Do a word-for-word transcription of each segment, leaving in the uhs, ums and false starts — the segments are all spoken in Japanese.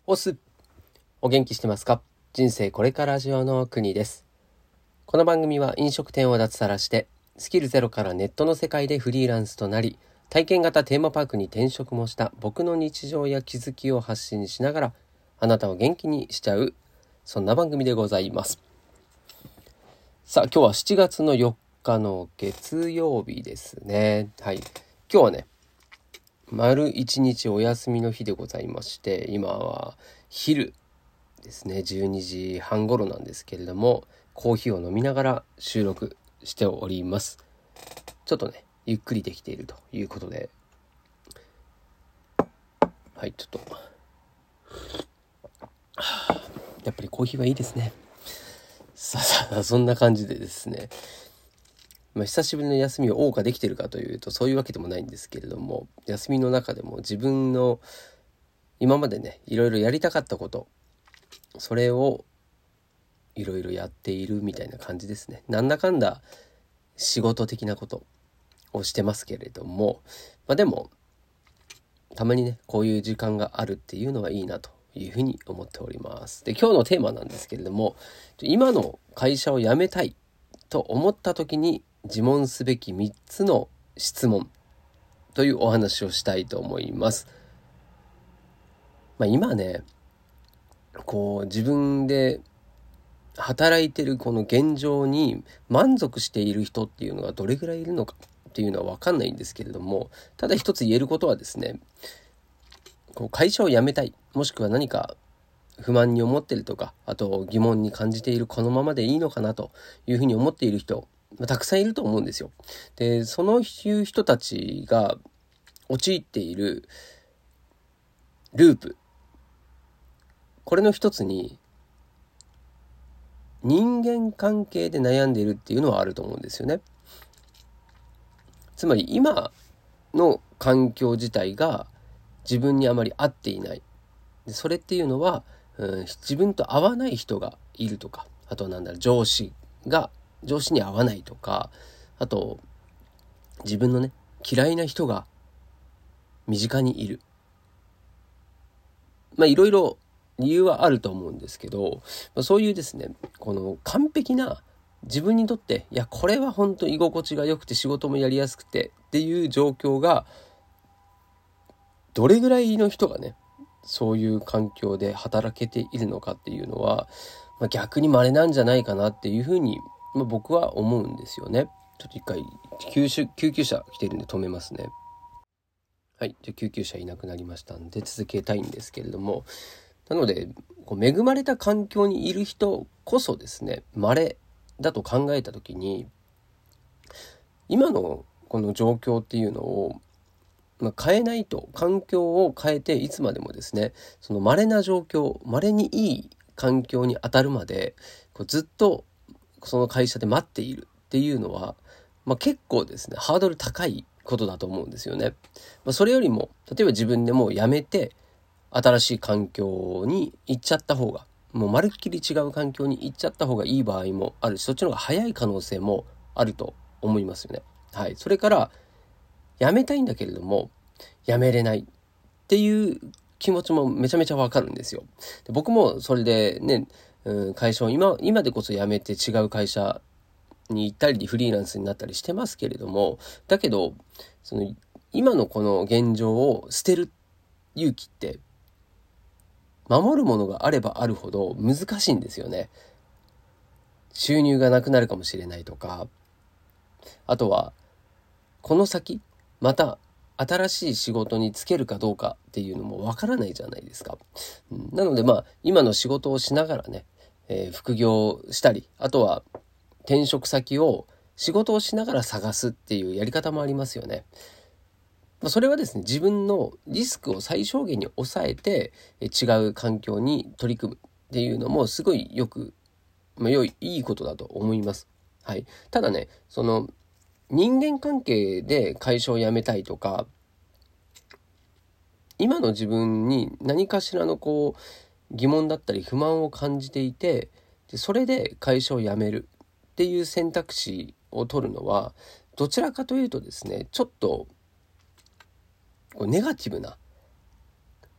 オス、お元気してますか？人生これからジオの国です。この番組は飲食店を脱サラしてスキルゼロからネットの世界でフリーランスとなり、体験型テーマパークに転職もした僕の日常や気づきを発信しながらあなたを元気にしちゃう、そんな番組でございます。さあ、今日はしちがつのよっかの月曜日ですね。はい、今日はね丸一日お休みの日でございまして、今は昼ですね、じゅうにじはん頃なんですけれども、コーヒーを飲みながら収録しております。ちょっとねゆっくりできているということで、はいちょっとやっぱりコーヒーはいいですね。さあさあ、そんな感じでですね、まあ、久しぶりの休みを謳歌できているかというとそういうわけでもないんですけれども、休みの中でも自分の今までねいろいろやりたかったこと、それをいろいろやっているみたいな感じですね。なんだかんだ仕事的なことをしてますけれども、まあ、でもたまにねこういう時間があるっていうのはいいなというふうに思っております。で、今日のテーマなんですけれども、今の会社を辞めたいと思った時に自問すべきみっつの質問というお話をしたいと思います。まあ、今ねこう自分で働いてるこの現状に満足している人っていうのがどれぐらいいるのかっていうのは分かんないんですけれども、ただ一つ言えることはですね、こう会社を辞めたい、もしくは何か不満に思ってるとか、あと疑問に感じている、このままでいいのかなというふうに思っている人、まあ、たくさんいると思うんですよ。で、そのいう人たちが陥っているループ、これの一つに人間関係で悩んでいるっていうのはあると思うんですよね。つまり今の環境自体が自分にあまり合っていない。でそれっていうのは、うん、自分と合わない人がいるとか、あとなんだろう、上司が上司に合わないとか、あと自分のね嫌いな人が身近にいる。まあいろいろ理由はあると思うんですけど、そういうですねこの完璧な自分にとって、いやこれは本当居心地が良くて仕事もやりやすくてっていう状況がどれぐらいの人がねそういう環境で働けているのかっていうのは、まあ、逆に稀なんじゃないかなっていうふうに、まあ、僕は思うんですよね。ちょっと一回救急救急車来てるんで止めますね。はい、じゃ救急車いなくなりましたんで続けたいんですけれども、なのでこう恵まれた環境にいる人こそですね稀だと考えた時に、今のこの状況っていうのをまあ、変えないと、環境を変えていつまでもですねその稀な状況、稀にいい環境に当たるまでこうずっとその会社で待っているっていうのは、まあ、結構ですねハードル高いことだと思うんですよね。まあ、それよりも例えば自分でもう辞めて新しい環境に行っちゃった方が、もうまるっきり違う環境に行っちゃった方がいい場合もあるし、そっちの方が早い可能性もあると思いますよね。はい、それから辞めたいんだけれども辞めれないっていう気持ちもめちゃめちゃわかるんですよ。で僕もそれでね、うん、会社を今今でこそ辞めて違う会社に行ったりフリーランスになったりしてますけれども、だけどその今のこの現状を捨てる勇気って守るものがあればあるほど難しいんですよね。収入がなくなるかもしれないとか、あとはこの先また新しい仕事に就けるかどうかっていうのもわからないじゃないですか。うん、なのでまあ今の仕事をしながらね、えー副業したり、あとは転職先を仕事をしながら探すっていうやり方もありますよね。まあ、それはですね自分のリスクを最小限に抑えてえー違う環境に取り組むっていうのもすごいよく、まあ、良いいいことだと思います。はい。ただねその人間関係で会社を辞めたいとか、今の自分に何かしらのこう疑問だったり不満を感じていて、でそれで会社を辞めるっていう選択肢を取るのはどちらかというとですねちょっとこうネガティブな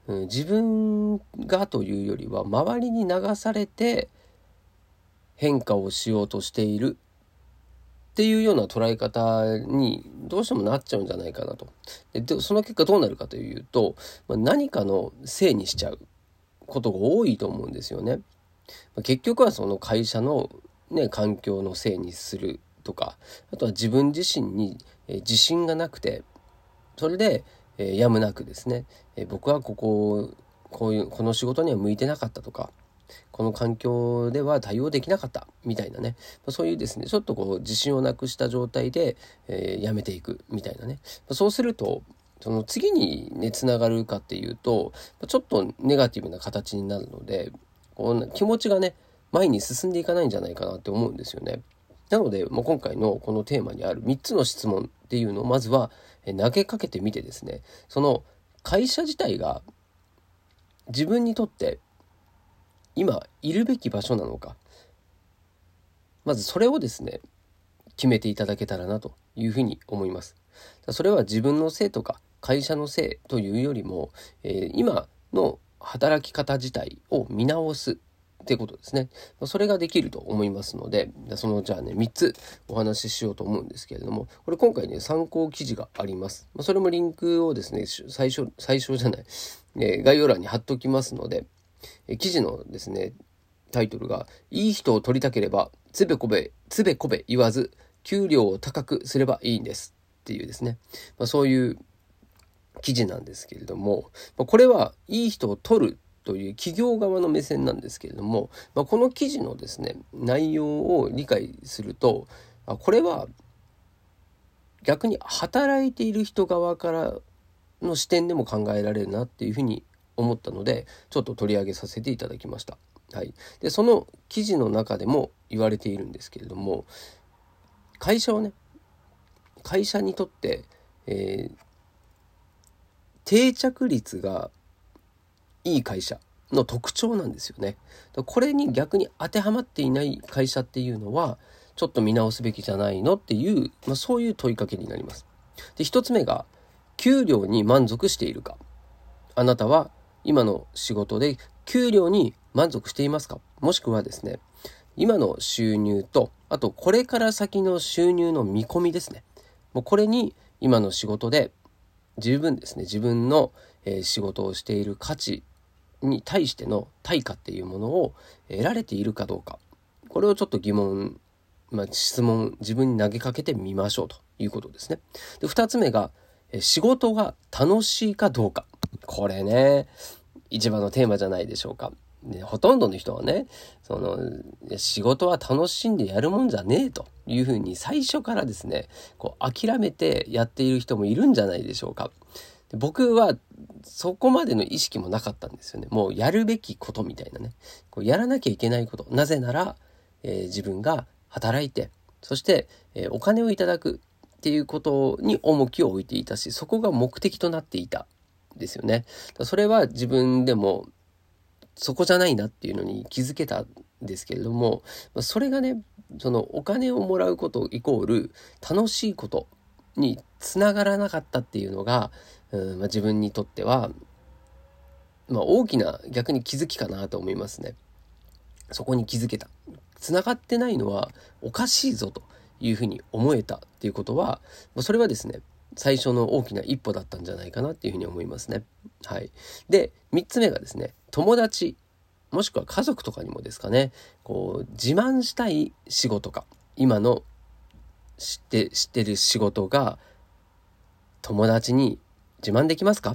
うん、自分がというよりは周りに流されて変化をしようとしているっていうような捉え方にどうしてもなっちゃうんじゃないかなと。で、その結果どうなるかというと、まあ、何かのせいにしちゃうことが多いと思うんですよね。まあ、結局はその会社の、ね、環境のせいにするとか、あとは自分自身に自信がなくて、それで、えー、やむなくですね、えー、僕はこここういうこの仕事には向いてなかったとか、この環境では対応できなかったみたいなね、そういうですねちょっとこう自信をなくした状態で、えー、やめていくみたいなね。そうするとその次にねつながるかっていうとちょっとネガティブな形になるので、こう気持ちがね前に進んでいかないんじゃないかなって思うんですよね。なので、まあ、今回のこのテーマにあるみっつの質問っていうのをまずは投げかけてみてですね、その会社自体が自分にとって今いるべき場所なのか、まずそれをですね決めていただけたらなというふうに思います。それは自分のせいとか会社のせいというよりも、えー、今の働き方自体を見直すってことですね。それができると思いますので、そのじゃあねみっつお話ししようと思うんですけれども、これ今回ね参考記事があります。それもリンクをですね最初最初じゃない、えー、概要欄に貼っておきますので、えー、記事のですねタイトルがいい人を取りたければつべこべつべこべ言わず給料を高くすればいいんですっていうですね、まあ、そういう記事なんですけれども、まあ、これはいい人を取るという企業側の目線なんですけれども、まあ、この記事のですね内容を理解すると、あこれは逆に働いている人側からの視点でも考えられるなっていうふうに思ったので、ちょっと取り上げさせていただきました。はい、でその記事の中でも言われているんですけれども、会社はね会社にとって、えー、定着率がいい会社の特徴なんですよね。これに逆に当てはまっていない会社っていうのはちょっと見直すべきじゃないのっていう、まあ、そういう問いかけになります。で一つ目が給料に満足しているか。あなたは今の仕事で給料に満足していますか。もしくはですね今の収入とあとこれから先の収入の見込みですね。もうこれに今の仕事で十分ですね自分の、えー、仕事をしている価値に対しての対価っていうものを得られているかどうか、これをちょっと疑問、まあ、質問自分に投げかけてみましょうということですね。でふたつめが仕事が楽しいかどうか。これね一番のテーマじゃないでしょうか。でほとんどの人はねその仕事は楽しんでやるもんじゃねえというふうに最初からですねこう諦めてやっている人もいるんじゃないでしょうか。で僕はそこまでの意識もなかったんですよね。もうやるべきことみたいなね、こうやらなきゃいけないこと、なぜなら、えー、自分が働いてそして、えー、お金をいただくっていうことに重きを置いていたし、そこが目的となっていたんですよね。それは自分でもそこじゃないなっていうのに気づけたんですけれども、それがねそのお金をもらうことイコール楽しいことにつながらなかったっていうのが、うんまあ、自分にとっては、まあ、大きな逆に気づきかなと思いますね。そこに気づけた、つながってないのはおかしいぞというふうに思えたっていうことは、それはですね最初の大きな一歩だったんじゃないかなっていうふうに思いますね。はい。でみっつめがですね友達もしくは家族とかにもですかね、こう自慢したい仕事か今の知って知ってる仕事が友達に自慢できますか、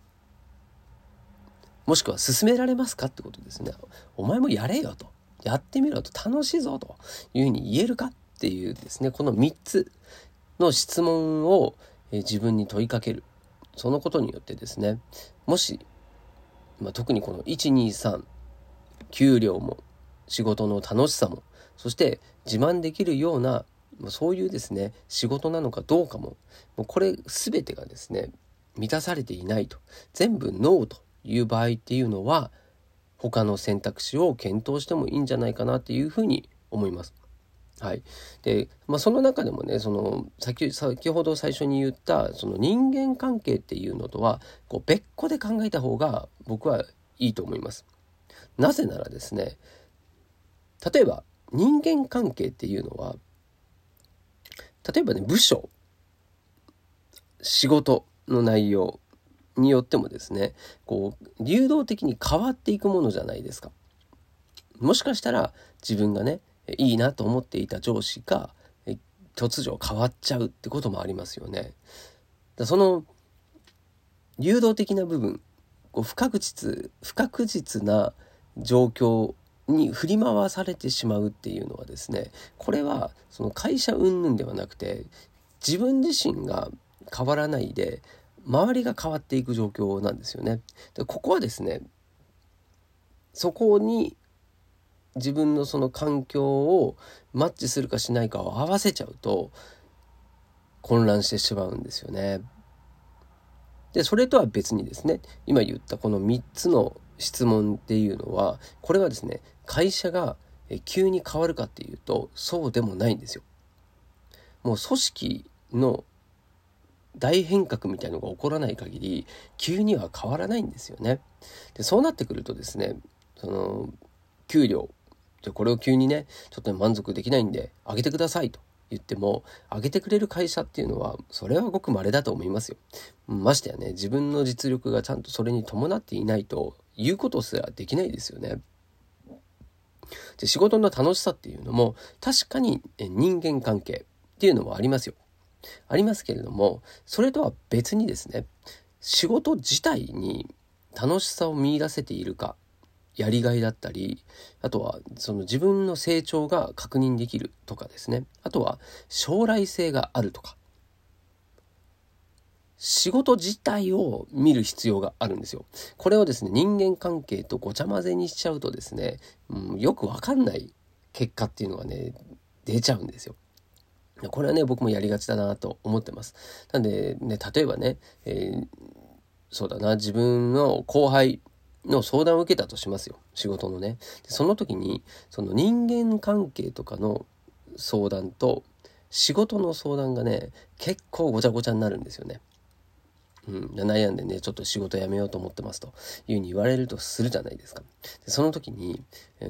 もしくは勧められますかってことですね。お前もやれよと、やってみろと、楽しいぞというふうに言えるかっていうですねこのみっつの質問を自分に問いかける。そのことによってですねもし、まあ、特にこのいちにさん給料も仕事の楽しさもそして自慢できるようなそういうですね仕事なのかどうかも、もうこれ全てがですね満たされていないと、全部ノーという場合っていうのは他の選択肢を検討してもいいんじゃないかなっていうふうに思います。 はい。で、まあ、その中でもね、その先、先ほど最初に言ったその人間関係っていうのとはこう別個で考えた方が僕はいいと思います。なぜならですね、例えば人間関係っていうのは、例えばね、部署、仕事の内容によってもですね、こう流動的に変わっていくものじゃないですか。もしかしたら自分がね、いいなと思っていた上司が突如変わっちゃうってこともありますよね。だその流動的な部分、こう不確実不確実な状況に振り回されてしまうっていうのはですね、これはその会社云々ではなくて、自分自身が変わらないで周りが変わっていく状況なんですよね。でここはですね、そこに自分のその環境をマッチするかしないかを合わせちゃうと混乱してしまうんですよね。で、それとは別にですね、今言ったこのみっつの質問っていうのは、これはですね、会社が急に変わるかっていうとそうでもないんですよ。もう組織の大変革みたいのが起こらない限り急には変わらないんですよね。で、そうなってくるとですね、その給料、じゃこれを急にね、ちょっと満足できないんで上げてくださいと言っても、上げてくれる会社っていうのはそれはごく稀だと思いますよ。ましてやね、自分の実力がちゃんとそれに伴っていないということすらできないですよね。で、仕事の楽しさっていうのも確かに人間関係っていうのもありますよ。ありますけれども、それとは別にですね、仕事自体に楽しさを見出せているか、やりがいだったり、あとはその自分の成長が確認できるとかですね、あとは将来性があるとか、仕事自体を見る必要があるんですよ。これをですね、人間関係とごちゃ混ぜにしちゃうとですね、うん、よくわかんない結果っていうのがね、出ちゃうんですよ。これはね、僕もやりがちだなと思ってます。なんでね、例えばね、えー、そうだな、自分の後輩の相談を受けたとしますよ。仕事のね。でその時に、その人間関係とかの相談と仕事の相談がね、結構ごちゃごちゃになるんですよね。うん、悩んでね、ちょっと仕事辞めようと思ってますというふうに言われるとするじゃないですか。でその時に、うん、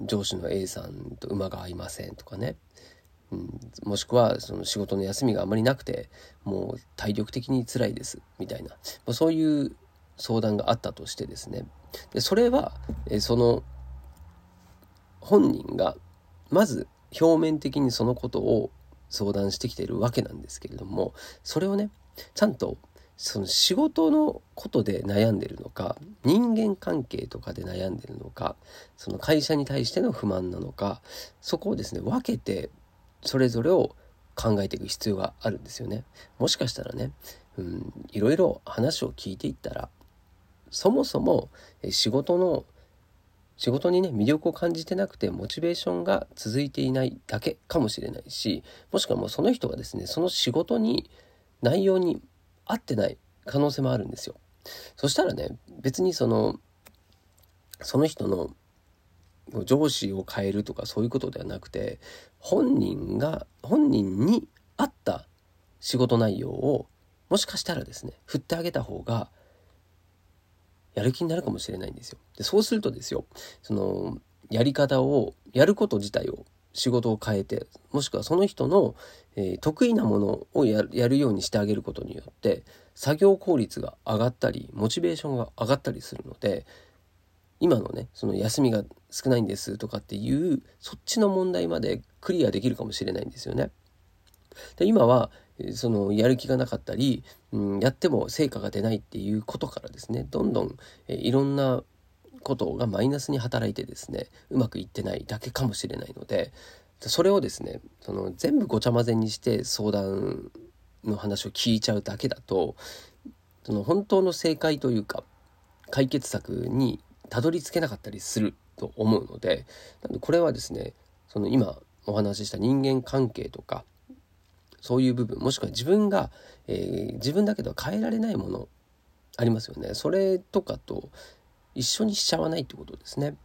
上司の A さんと馬が合いませんとかね、うん、もしくはその仕事の休みがあまりなくてもう体力的に辛いですみたいな、そういう相談があったとしてですね、でそれはえその本人がまず表面的にそのことを相談してきているわけなんですけれども、それをね、ちゃんとその仕事のことで悩んでるのか、人間関係とかで悩んでるのか、その会社に対しての不満なのか、そこをですね分けてそれぞれを考えていく必要があるんですよね。もしかしたらね、うん、いろいろ話を聞いていったら、そもそも仕事の仕事にね魅力を感じてなくてモチベーションが続いていないだけかもしれないし、もしくはもうその人がですね、その仕事に内容に合ってない可能性もあるんですよ。そしたらね、別にそのその人の上司を変えるとかそういうことではなくて、本人が本人に合った仕事内容をもしかしたらですね振ってあげた方がやる気になるかもしれないんですよ。でそうするとですよ、そのやり方をやること自体を仕事を変えて、もしくはその人の、えー、得意なものをやる、やるようにしてあげることによって作業効率が上がったりモチベーションが上がったりするので、今のねその休みが少ないんですとかっていうそっちの問題までクリアできるかもしれないんですよね。で今はそのやる気がなかったり、うん、やっても成果が出ないっていうことからですね、どんどんえいろんなことがマイナスに働いてですねうまくいってないだけかもしれないので、それをですねその全部ごちゃ混ぜにして相談の話を聞いちゃうだけだと、その本当の正解というか解決策にたどり着けなかったりすると思うので、なのでこれはですね、その今お話しした人間関係とかそういう部分、もしくは自分が、えー、自分だけでは変えられないものありますよね。それとかと一緒にしちゃわないってことですね。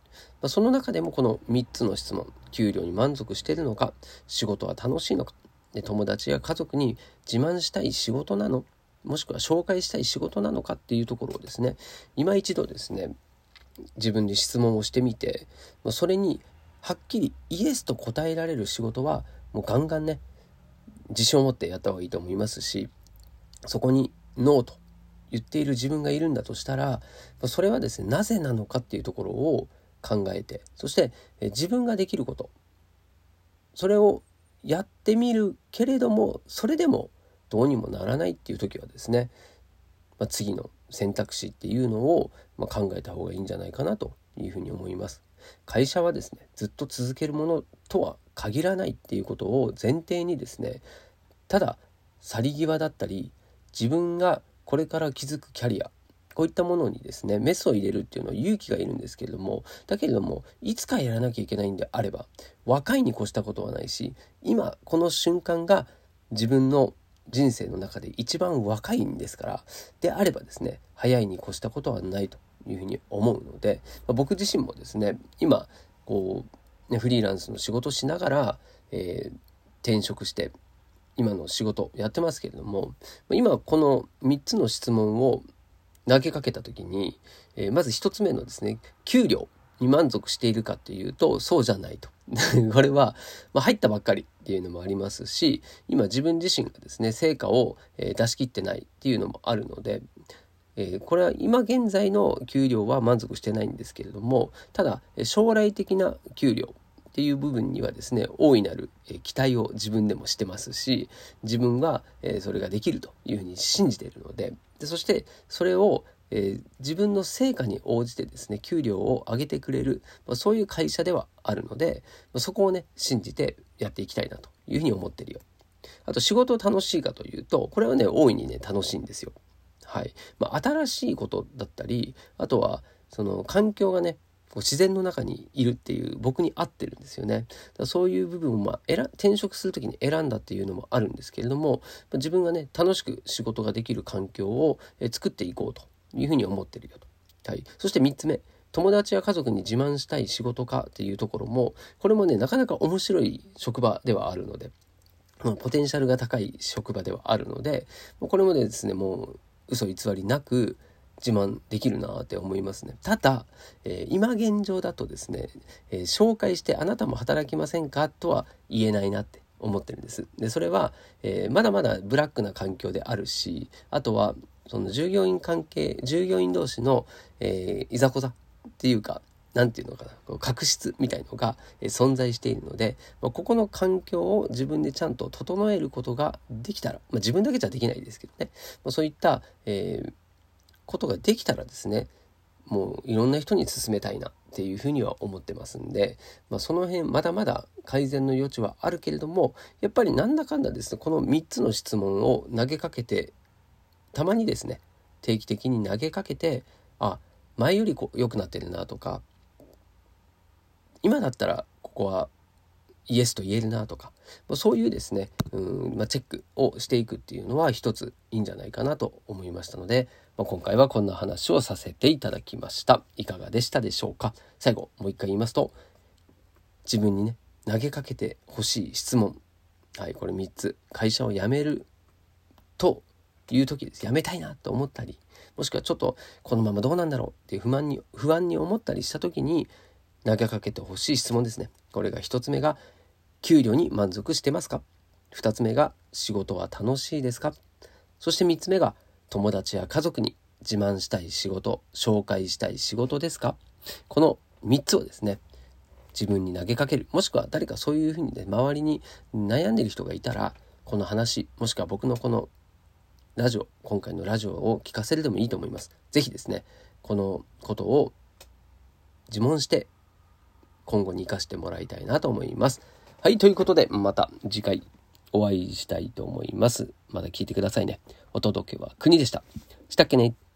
まあ、その中でもこのみっつの質問、給料に満足しているのか、仕事は楽しいのか、で友達や家族に自慢したい仕事なの、もしくは紹介したい仕事なのかっていうところをですね、今一度ですね自分で質問をしてみて、それにはっきりイエスと答えられる仕事はもうガンガンね自信を持ってやった方がいいと思いますし、そこにノーと言っている自分がいるんだとしたら、それはですねなぜなのかっていうところを考えて、そして自分ができること、それをやってみるけれどもそれでもどうにもならないっていう時はですね、まあ、次の選択肢っていうのをまあ考えた方がいいんじゃないかなというふうに思います。会社はですねずっと続けるものとは限らないっていうことを前提にですね、ただ去り際だったり自分がこれから築くキャリア、こういったものにですねメスを入れるっていうのは勇気がいるんですけれども、だけれどもいつかやらなきゃいけないんであれば若いに越したことはないし、今この瞬間が自分の人生の中で一番若いんですから、であればですね早いに越したことはないというふうに思うので、まあ、僕自身もですね今こう、ね、フリーランスの仕事をしながら、えー、転職して今の仕事やってますけれども、今このみっつの質問を投げかけた時に、えー、まずひとつめのですね給料に満足しているかっていうとそうじゃないとこれは、まあ、入ったばっかりっていうのもありますし、今自分自身がですね成果を、えー、出し切ってないっていうのもあるので、えー、これは今現在の給料は満足してないんですけれども、ただ将来的な給料っていう部分にはですね大いなる期待を自分でもしてますし、自分はそれができるというふうに信じているので、でそしてそれをえー、自分の成果に応じてですね給料を上げてくれる、まあ、そういう会社ではあるので、まあ、そこをね信じてやっていきたいなというふうに思ってるよ。あと仕事楽しいかというと、これはね大いにね楽しいんですよ。はい。まあ、新しいことだったり、あとはその環境がねこう自然の中にいるっていう僕に合ってるんですよね。だからそういう部分をまあ選転職する時に選んだっていうのもあるんですけれども、自分がね楽しく仕事ができる環境を作っていこうというふうに思ってるよと。はい。そしてみっつめ、友達や家族に自慢したい仕事かっていうところも、これもねなかなか面白い職場ではあるので、ポテンシャルが高い職場ではあるので、これもですねもう嘘偽りなく自慢できるなって思いますね。ただ、えー、今現状だとですね、えー、紹介してあなたも働きませんかとは言えないなって思ってるんです。でそれは、えー、まだまだブラックな環境であるし、あとはその従業員関係従業員同士の、えー、いざこざっていうかなんていうのかな、確執みたいのが存在しているので、ここの環境を自分でちゃんと整えることができたら、まあ、自分だけじゃできないですけどね、そういった、えー、ことができたらですね、もういろんな人に勧めたいなっていうふうには思ってますんで、まあ、その辺まだまだ改善の余地はあるけれども、やっぱりなんだかんだですねこのみっつの質問を投げかけて、たまにですね定期的に投げかけて、あ前よりこう良くなってるなとか、今だったらここはイエスと言えるなとか、そういうですねうん、まあ、チェックをしていくっていうのは一ついいんじゃないかなと思いましたので、まあ、今回はこんな話をさせていただきました。いかがでしたでしょうか。最後もう一回言いますと、自分にね投げかけてほしい質問、はい、これみっつ。会社を辞めるという時です。辞めたいなと思ったり、もしくはちょっとこのままどうなんだろうっていう不満に不安に思ったりした時に投げかけてほしい質問ですね。これがひとつめが給料に満足してますか。ふたつめが仕事は楽しいですか。そしてみっつめが友達や家族に自慢したい仕事、紹介したい仕事ですか。このみっつをですね自分に投げかける、もしくは誰かそういうふうにね周りに悩んでいる人がいたら、この話もしくは僕のこのラジオ今回のラジオを聞かせるでもいいと思います。ぜひですねこのことを自問して今後に生かしてもらいたいなと思います。はい、ということでまた次回お会いしたいと思います。また聞いてくださいね。お届けは国でした。したっけね。